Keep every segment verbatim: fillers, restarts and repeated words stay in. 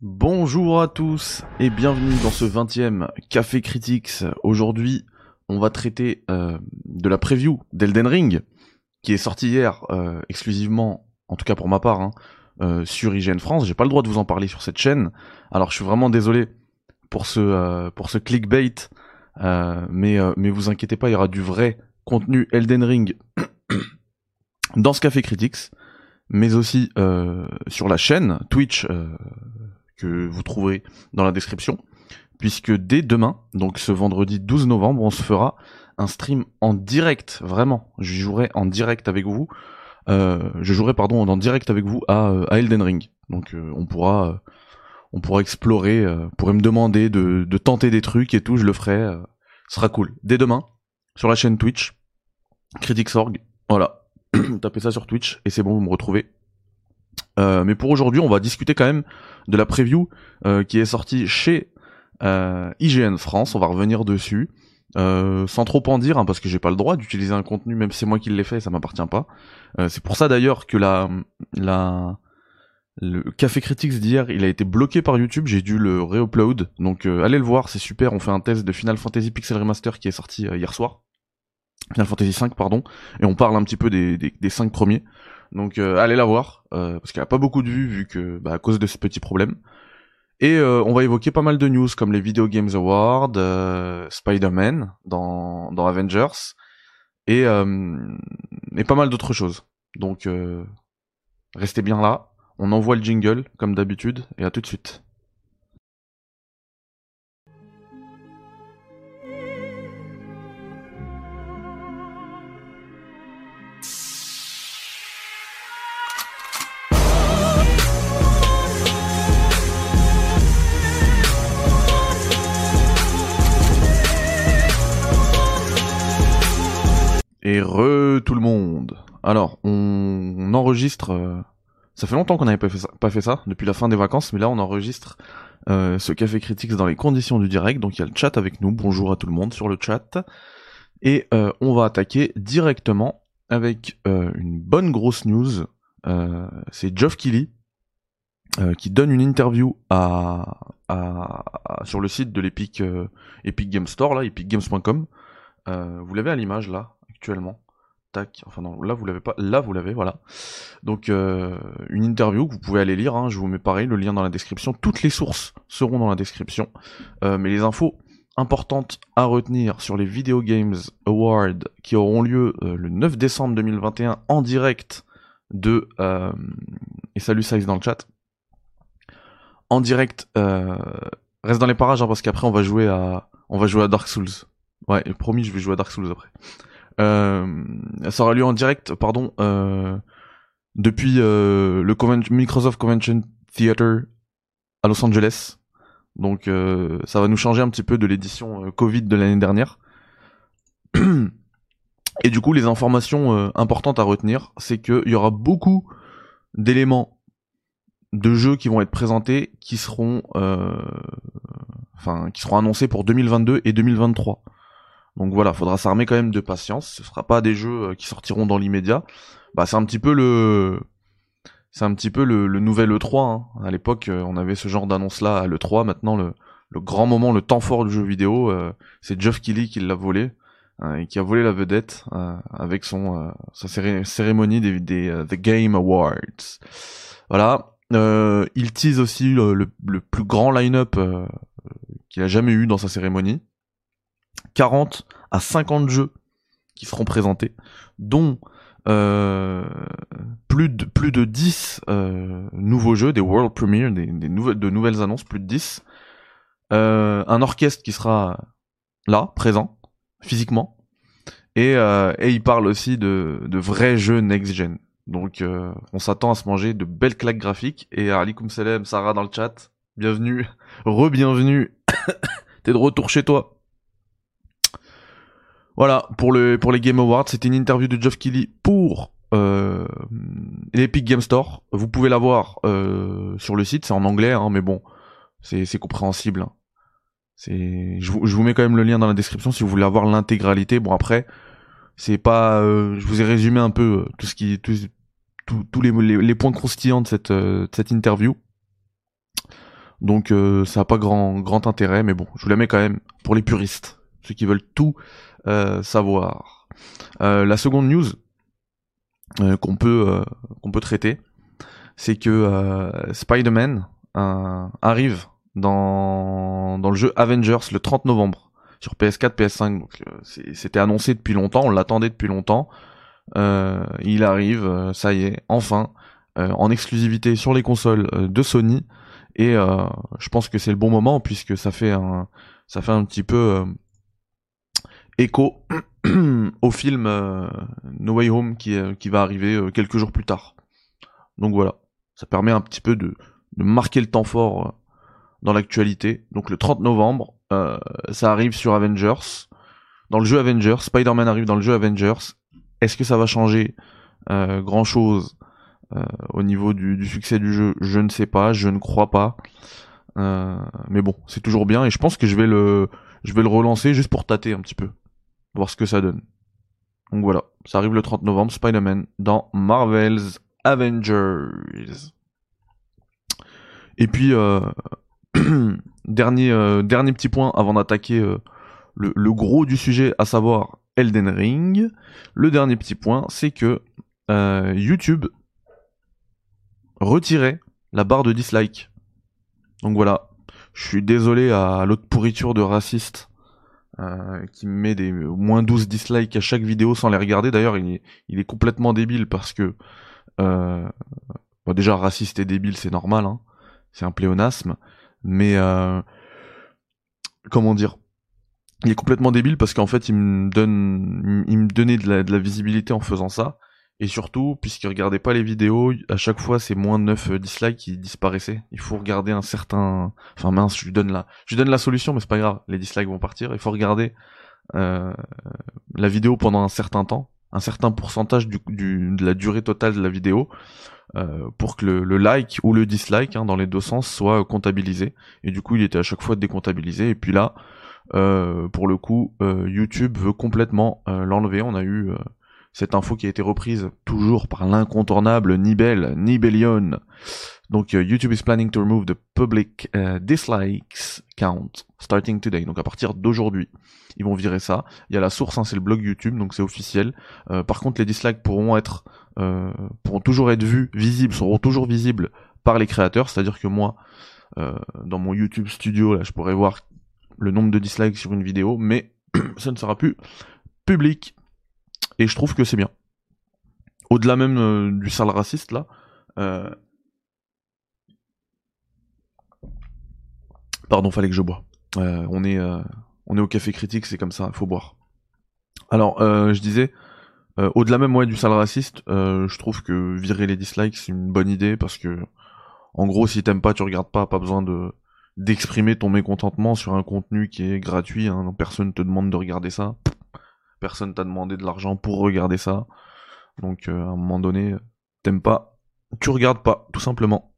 Bonjour à tous et bienvenue dans ce vingtième Café Critics. Aujourd'hui, on va traiter euh, de la preview d'Elden Ring, qui est sortie hier euh, exclusivement, en tout cas pour ma part, hein, euh, sur I G N France. J'ai pas le droit de vous en parler sur cette chaîne, alors je suis vraiment désolé pour ce euh, pour ce clickbait, euh, mais euh, mais vous inquiétez pas, il y aura du vrai contenu Elden Ring dans ce Café Critics, mais aussi euh, sur la chaîne Twitch. Euh, que vous trouverez dans la description, puisque dès demain, donc ce vendredi douze novembre, on se fera un stream en direct, vraiment, je jouerai en direct avec vous, euh, je jouerai pardon en direct avec vous à, à Elden Ring, donc euh, on pourra euh, on pourra explorer, euh, pourrait me demander de, de tenter des trucs et tout, je le ferai, euh, ce sera cool. Dès demain, sur la chaîne Twitch, Critics point org, voilà, tapez ça sur Twitch et c'est bon, vous me retrouvez. Euh, mais pour aujourd'hui, on va discuter quand même de la preview euh, qui est sortie chez euh, I G N France. On va revenir dessus, euh, sans trop en dire, hein, parce que j'ai pas le droit d'utiliser un contenu, même si c'est moi qui l'ai fait, ça m'appartient pas. Euh, c'est pour ça d'ailleurs que la, la, le Café Critics d'hier, il a été bloqué par YouTube. J'ai dû le re-upload. Donc euh, allez le voir, c'est super. On fait un test de Final Fantasy Pixel Remaster qui est sorti euh, hier soir. Final Fantasy cinq, pardon, et on parle un petit peu des, des, des cinq premiers. Donc euh, allez la voir, euh, parce qu'il n'y a pas beaucoup de vues vu que bah, à cause de ce petit problème. Et euh, on va évoquer pas mal de news comme les Video Games Awards, euh, Spider-Man dans, dans Avengers, et, euh, et pas mal d'autres choses. Donc euh, restez bien là, on envoie le jingle comme d'habitude, et à tout de suite. Et re tout le monde. Alors, on, on enregistre... Euh, ça fait longtemps qu'on n'avait pas fait ça, pas fait ça, depuis la fin des vacances, mais là on enregistre euh, ce Café Critics dans les conditions du direct, donc il y a le chat avec nous, bonjour à tout le monde sur le chat, et euh, on va attaquer directement avec euh, une bonne grosse news, euh, c'est Geoff Keighley, euh, qui donne une interview à, à, à sur le site de l'Epic euh, Epic Game Store, là, epic games point com, euh, vous l'avez à l'image là, actuellement. Tac, enfin non, là vous l'avez pas, là vous l'avez, voilà. Donc euh, une interview que vous pouvez aller lire, hein, je vous mets pareil le lien dans la description, toutes les sources seront dans la description, euh, mais les infos importantes à retenir sur les Video Games Awards qui auront lieu euh, le neuf décembre deux mille vingt et un en direct de... Euh, et salut Size dans le chat. En direct, euh, reste dans les parages hein, parce qu'après on va jouer à on va jouer à Dark Souls. Ouais, et promis, je vais jouer à Dark Souls après. Euh, ça aura lieu en direct, pardon, euh, depuis euh, le Conven- Microsoft Convention Theater à Los Angeles. Donc euh, ça va nous changer un petit peu de l'édition euh, Covid de l'année dernière. Et du coup, les informations euh, importantes à retenir, c'est qu'il y aura beaucoup d'éléments de jeux qui vont être présentés, qui seront, euh, enfin, qui seront annoncés pour deux mille vingt-deux et deux mille vingt-trois. Donc voilà, faudra s'armer quand même de patience. Ce sera pas des jeux qui sortiront dans l'immédiat. Bah c'est un petit peu le, c'est un petit peu le, le nouvel E trois. Hein. À l'époque, on avait ce genre d'annonce là à l'E trois. Maintenant, le, le grand moment, le temps fort du jeu vidéo, euh, c'est Geoff Keighley qui l'a volé euh, et qui a volé la vedette euh, avec son euh, sa céré- cérémonie des, des uh, The Game Awards. Voilà. Euh, il tease aussi le, le, le plus grand line-up euh, qu'il a jamais eu dans sa cérémonie. quarante à cinquante jeux qui seront présentés, dont euh, plus de plus de dix euh, nouveaux jeux, des world premiere, des, des nouvelles de nouvelles annonces, plus de dix. Euh, un orchestre qui sera là, présent, physiquement, et euh, et il parle aussi de de vrais jeux next gen. Donc euh, on s'attend à se manger de belles claques graphiques. Et alikum salam, Sarah dans le chat, bienvenue, re-bienvenue, t'es de retour chez toi. Voilà, pour, le, pour les Game Awards, c'était une interview de Geoff Keighley pour euh, l'Epic Game Store. Vous pouvez la voir euh, sur le site, c'est en anglais, hein, mais bon, c'est, c'est compréhensible. Hein. C'est, je vous, je vous mets quand même le lien dans la description si vous voulez avoir l'intégralité. Bon après, c'est pas, euh, je vous ai résumé un peu tout ce qui, tous tout, tout les, les, les points croustillants de cette, euh, de cette interview. Donc euh, ça a pas grand grand intérêt, mais bon, je vous la mets quand même pour les puristes, ceux qui veulent tout euh, savoir. Euh, la seconde news euh, qu'on peut euh, qu'on peut traiter, c'est que euh, Spider-Man euh, arrive dans dans le jeu Avengers le trente novembre sur P S quatre, P S cinq. Donc euh, c'était annoncé depuis longtemps, on l'attendait depuis longtemps. Euh, il arrive, euh, ça y est, enfin, euh, en exclusivité sur les consoles euh, de Sony. Et euh, je pense que c'est le bon moment puisque ça fait un, ça fait un petit peu euh, écho au film euh, No Way Home qui, euh, qui va arriver euh, quelques jours plus tard. Donc voilà, ça permet un petit peu de, de marquer le temps fort euh, dans l'actualité. Donc le trente novembre, euh, ça arrive sur Avengers. Dans le jeu Avengers, Spider-Man arrive dans le jeu Avengers. Est-ce que ça va changer euh, grand chose euh, au niveau du, du succès du jeu? Je ne sais pas, je ne crois pas. Euh, mais bon, c'est toujours bien et je pense que je vais le, je vais le relancer juste pour tâter un petit peu, voir ce que ça donne. Donc voilà, ça arrive le trente novembre, Spider-Man dans Marvel's Avengers. Et puis euh, dernier, euh, dernier petit point avant d'attaquer euh, le, le gros du sujet, à savoir Elden Ring. Le dernier petit point, c'est que euh, YouTube retirait la barre de dislike. Donc voilà, je suis désolé à l'autre pourriture de raciste euh, qui me met des moins douze dislikes à chaque vidéo sans les regarder. D'ailleurs, il est, il est complètement débile parce que euh, bon, déjà raciste et débile, c'est normal, hein, c'est un pléonasme, mais euh, comment dire, il est complètement débile parce qu'en fait, il me donne, il me donnait de la, de la visibilité en faisant ça. Et surtout, puisqu'il regardait pas les vidéos, à chaque fois c'est moins de neuf dislikes qui disparaissaient. Il faut regarder un certain... Enfin mince, je lui donne la, je lui donne la solution, mais c'est pas grave, les dislikes vont partir. Il faut regarder euh, la vidéo pendant un certain temps, un certain pourcentage du, du, de la durée totale de la vidéo, euh, pour que le, le like ou le dislike, hein, dans les deux sens, soit comptabilisé. Et du coup, il était à chaque fois décomptabilisé. Et puis là, euh, pour le coup, euh, YouTube veut complètement euh, l'enlever. On a eu... Euh, cette info qui a été reprise toujours par l'incontournable Nibel, Nibelion. Donc uh, YouTube is planning to remove the public uh, dislikes count starting today. Donc à partir d'aujourd'hui, ils vont virer ça. Il y a la source, hein, c'est le blog YouTube, donc c'est officiel. Euh, par contre, les dislikes pourront être, euh, pourront toujours être vus, visibles, seront toujours visibles par les créateurs. C'est-à-dire que moi, euh, dans mon YouTube Studio, là, je pourrais voir le nombre de dislikes sur une vidéo, mais ça ne sera plus public. Et je trouve que c'est bien. Au-delà même euh, du sale raciste, là. Euh... Pardon, fallait que je bois. Euh, on, est, euh, on est au Café Critique, c'est comme ça, il faut boire. Alors, euh, je disais, euh, au-delà même ouais, du sale raciste, euh, je trouve que virer les dislikes, c'est une bonne idée, parce que, en gros, si t'aimes pas, tu regardes pas, pas besoin de d'exprimer ton mécontentement sur un contenu qui est gratuit, hein, personne te demande de regarder ça. Personne t'a demandé de l'argent pour regarder ça. Donc euh, à un moment donné, t'aimes pas, tu regardes pas, tout simplement.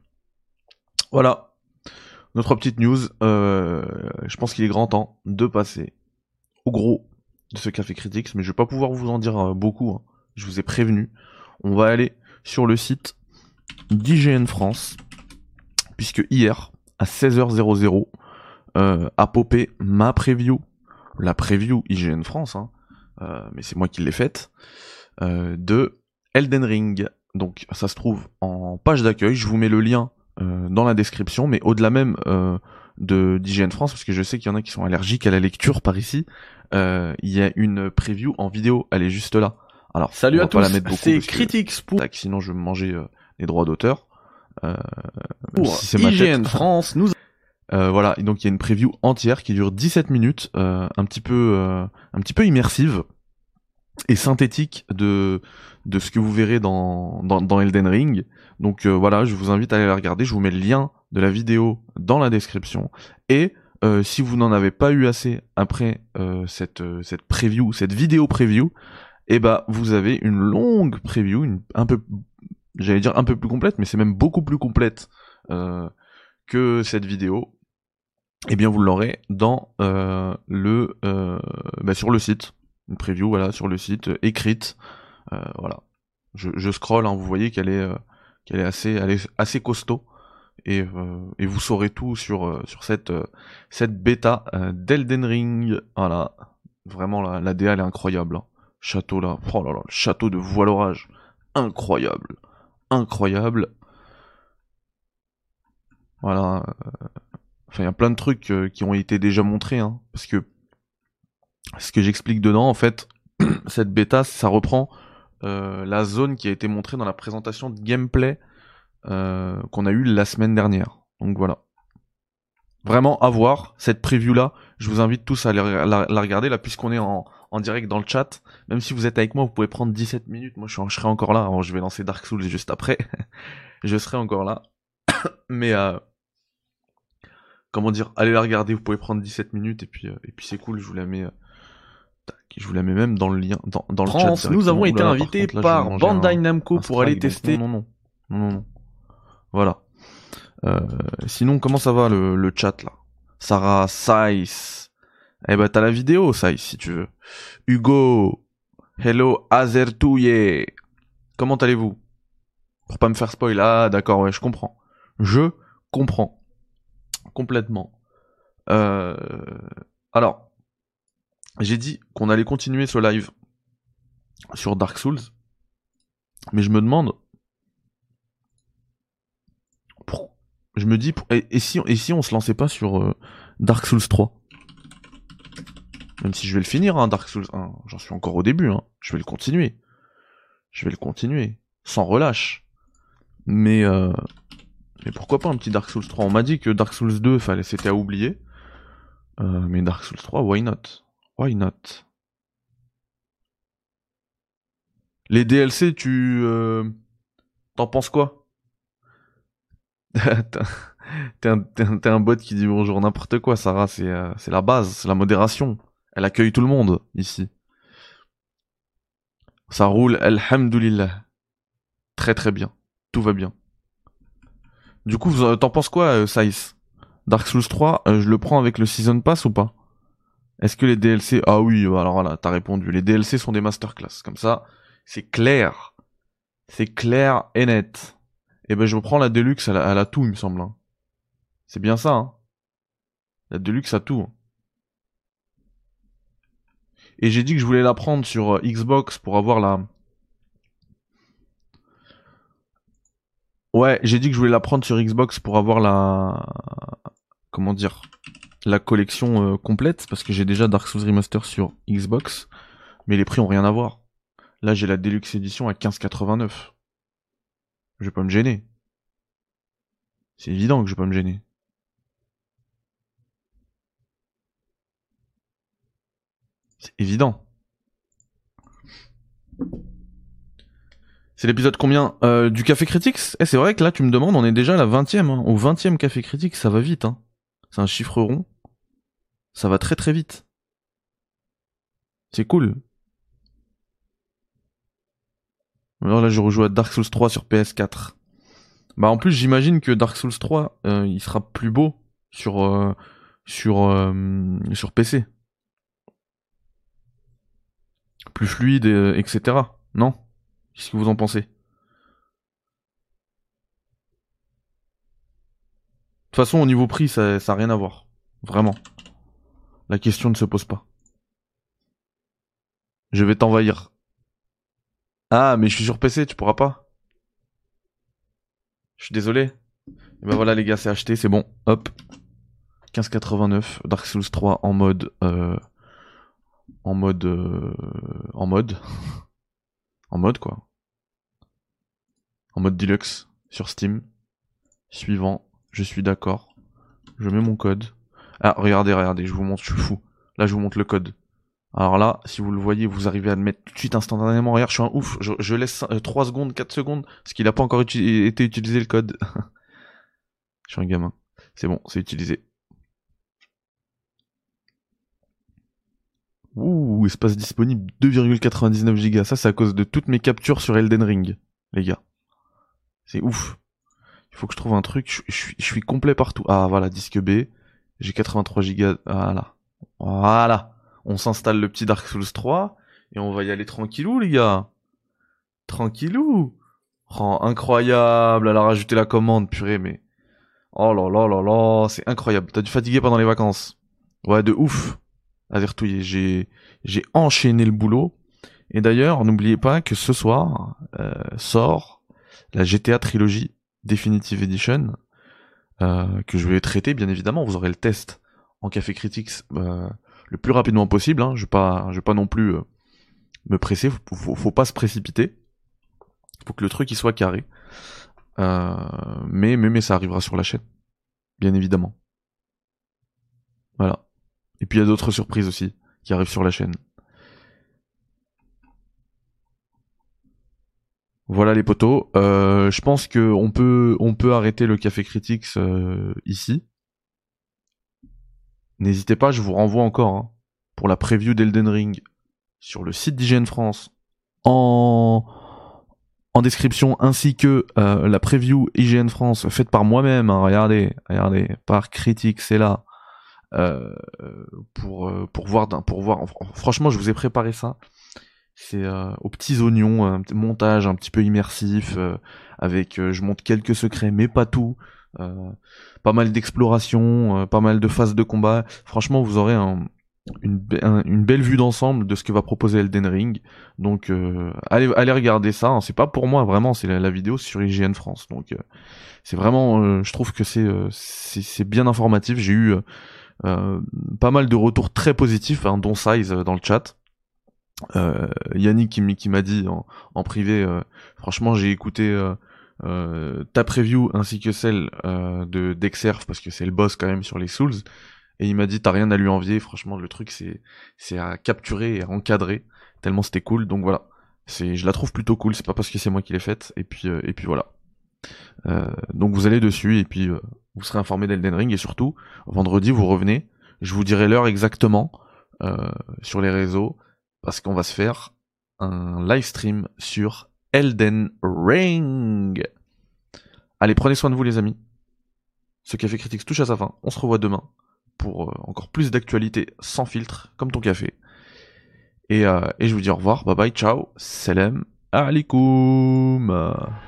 Voilà. Notre petite news. Euh, je pense qu'il est grand temps de passer au gros de ce Café Critics, mais je vais pas pouvoir vous en dire euh, beaucoup. Hein. Je vous ai prévenu. On va aller sur le site d'I G N France, puisque hier, à seize heures, euh, a popé ma preview. La preview I G N France, hein, euh, mais c'est moi qui l'ai faite, euh, de Elden Ring. Donc ça se trouve en page d'accueil, je vous mets le lien euh, dans la description, mais au-delà même euh, de d'I G N France, parce que je sais qu'il y en a qui sont allergiques à la lecture par ici, euh, il y a une preview en vidéo, elle est juste là. Alors salut à tous, c'est Critics pour... Tac, sinon je vais me manger euh, les droits d'auteur. Euh, pour si I G N France, nous... Euh, voilà, et donc il y a une preview entière qui dure dix-sept minutes, euh, un petit peu, euh, un petit peu immersive et synthétique de de ce que vous verrez dans dans, dans Elden Ring. Donc euh, voilà, je vous invite à aller la regarder. Je vous mets le lien de la vidéo dans la description. Et euh, si vous n'en avez pas eu assez après euh, cette euh, cette preview, cette vidéo preview, eh ben vous avez une longue preview, une un peu, j'allais dire un peu plus complète, mais c'est même beaucoup plus complète euh, que cette vidéo. Eh bien vous l'aurez dans euh, le euh, bah, sur le site, une preview voilà sur le site euh, écrite, euh, voilà. Je, je scroll, hein, vous voyez qu'elle est euh, qu'elle est assez elle est assez costaud, et, euh, et vous saurez tout sur, euh, sur cette, euh, cette bêta euh, d'Elden Ring. Voilà, vraiment la, la D A elle est incroyable. Hein. Château là, oh là là, le château de Voix l'Orage, incroyable, incroyable. Voilà, euh, enfin il y a plein de trucs euh, qui ont été déjà montrés, hein, parce que ce que j'explique dedans, en fait, cette bêta, ça reprend euh, la zone qui a été montrée dans la présentation de gameplay euh, qu'on a eu la semaine dernière. Donc voilà. Vraiment à voir cette preview là. Je vous invite tous à la, la, la regarder là puisqu'on est en, en direct dans le chat. Même si vous êtes avec moi, vous pouvez prendre dix-sept minutes. Moi, je, suis, je serai encore là. Alors, je vais lancer Dark Souls juste après. Je serai encore là. Mais euh, comment dire, allez la regarder. Vous pouvez prendre dix-sept minutes et puis euh, et puis c'est cool. Je vous la mets. Euh, je vous la mets même dans le lien, dans, dans le France, chat. nous avons été Oulala, invités par, contre, là, par Bandai un, Namco un pour aller strike, tester. Non, non, non, non, non. Voilà. Euh, sinon, comment ça va le, le chat là? Sarah, Saïs. Eh ben, t'as la vidéo, Saïs, si tu veux. Hugo. Hello, Azertouye. Comment allez-vous? Pour pas me faire spoil. Ah, d'accord, ouais, je comprends. Je comprends. Complètement. Euh... Alors, j'ai dit qu'on allait continuer ce live sur Dark Souls. Mais je me demande... Pour... Je me dis... Et, et, si, et si on se lançait pas sur euh, Dark Souls trois? Même si je vais le finir, hein, Dark Souls un. J'en suis encore au début, hein. Je vais le continuer. Je vais le continuer. Sans relâche. Mais... Euh... Mais pourquoi pas un petit Dark Souls trois? On m'a dit que Dark Souls deux, fallait, c'était à oublier. Euh, mais Dark Souls trois, why not? Why not? Les D L C, tu... Euh... T'en penses quoi? T'es un, un, un bot qui dit bonjour n'importe quoi, Sarah, c'est euh, c'est la base, c'est la modération. Elle accueille tout le monde, ici. Ça roule, alhamdoulilah. Très très bien. Tout va bien. Du coup, t'en penses quoi, euh, Saïs? Dark Souls trois, euh, je le prends avec le Season Pass ou pas? Est-ce que les D L C... Ah oui, alors voilà, t'as répondu. Les D L C sont des masterclass. Comme ça, c'est clair. C'est clair et net. Et ben je prends la Deluxe, elle a, elle a tout, il me semble. Hein. C'est bien ça, hein. La Deluxe a tout. Et j'ai dit que je voulais la prendre sur euh, Xbox pour avoir la... Ouais, j'ai dit que je voulais la prendre sur Xbox pour avoir la... Comment dire? La collection euh, complète, parce que j'ai déjà Dark Souls Remaster sur Xbox, mais les prix ont rien à voir. Là, j'ai la Deluxe Edition à quinze quatre-vingt-neuf. Je vais pas me gêner. C'est évident que je vais pas me gêner. C'est évident. C'est l'épisode combien euh, du Café Critics? Eh, c'est vrai que là, tu me demandes, on est déjà à la vingtième. Hein. Au vingtième Café Critics, ça va vite. Hein. C'est un chiffre rond. Ça va très très vite. C'est cool. Alors là, je rejoue à Dark Souls trois sur P S quatre. Bah en plus, j'imagine que Dark Souls trois, euh, il sera plus beau sur euh, sur euh, sur P C. Plus fluide, euh, et cetera. Non? Qu'est-ce que vous en pensez? De toute façon, au niveau prix, ça, ça a rien à voir. Vraiment. La question ne se pose pas. Je vais t'envahir. Ah, mais je suis sur P C, tu pourras pas. Je suis désolé. Et ben voilà les gars, c'est acheté, c'est bon. Hop. quinze quatre-vingt-neuf, Dark Souls trois en mode... Euh, en mode... Euh, en mode. En mode quoi. En mode deluxe, sur Steam. Suivant, je suis d'accord. Je mets mon code. Ah, regardez, regardez, je vous montre, je suis fou. Là, je vous montre le code. Alors là, si vous le voyez, vous arrivez à le mettre tout de suite instantanément. Regarde, je suis un ouf. Je, je laisse euh, trois secondes, quatre secondes, parce qu'il a pas encore uti- été utilisé le code. Je suis un gamin. C'est bon, c'est utilisé. Ouh, espace disponible deux virgule quatre-vingt-dix-neuf gigas. Ça, c'est à cause de toutes mes captures sur Elden Ring, les gars. C'est ouf. Il faut que je trouve un truc. Je, je, suis, je suis complet partout. Ah, voilà, disque B. J'ai quatre-vingt-trois gigas. Voilà. Voilà. On s'installe le petit Dark Souls trois. Et on va y aller tranquillou, les gars. Tranquillou. Oh, incroyable. Elle a rajouté la commande, purée, mais... Oh là là là là, c'est incroyable. T'as dû fatiguer pendant les vacances. Ouais, de ouf. Azertouille, j'ai j'ai enchaîné le boulot. Et d'ailleurs, n'oubliez pas que ce soir euh, sort la G T A Trilogy Definitive Edition, euh, que je vais traiter, bien évidemment. Vous aurez le test en Café Critics euh, le plus rapidement possible. Hein. Je vais pas, je vais pas non plus euh, me presser. Faut, faut, faut pas se précipiter. Faut que le truc il soit carré. Euh, mais, mais mais ça arrivera sur la chaîne, bien évidemment. Voilà. Et puis il y a d'autres surprises aussi qui arrivent sur la chaîne. Voilà les potos. Euh, je pense que on peut on peut arrêter le Café Critics euh, ici. N'hésitez pas, je vous renvoie encore hein, pour la preview d'Elden Ring sur le site d'I G N France en en description, ainsi que euh, la preview I G N France faite par moi-même. Hein, regardez, regardez, par Critics, c'est là. Euh, pour euh, pour voir pour voir. Franchement, je vous ai préparé ça. C'est euh, aux petits oignons, un petit montage un petit peu immersif, euh, avec euh, je montre quelques secrets, mais pas tout. Euh, pas mal d'exploration, euh, pas mal de phases de combat. Franchement, vous aurez un, une, un, une belle vue d'ensemble de ce que va proposer Elden Ring. Donc, euh, allez, allez regarder ça. Hein. C'est pas pour moi, vraiment. C'est la, la vidéo sur I G N France. Donc, euh, c'est vraiment. Euh, je trouve que c'est euh, c'est bien informatif. J'ai eu euh, pas mal de retours très positifs, hein, dont Size dans le chat. Euh, Yannick qui, qui m'a dit en, en privé, euh, franchement j'ai écouté euh, euh, ta preview ainsi que celle euh, de d'Exerf parce que c'est le boss quand même sur les Souls, et il m'a dit t'as rien à lui envier, franchement le truc c'est c'est à capturer et à encadrer tellement c'était cool, donc voilà, c'est je la trouve plutôt cool, c'est pas parce que c'est moi qui l'ai faite, et puis euh, et puis voilà. Euh, donc vous allez dessus et puis euh, vous serez informé d'Elden Ring, et surtout vendredi vous revenez, je vous dirai l'heure exactement euh, sur les réseaux, parce qu'on va se faire un live stream sur Elden Ring. Allez, prenez soin de vous les amis. Ce Café Critics touche à sa fin. On se revoit demain pour euh, encore plus d'actualités sans filtre, comme ton café. Et, euh, et je vous dis au revoir, bye bye, ciao, salam alaikum.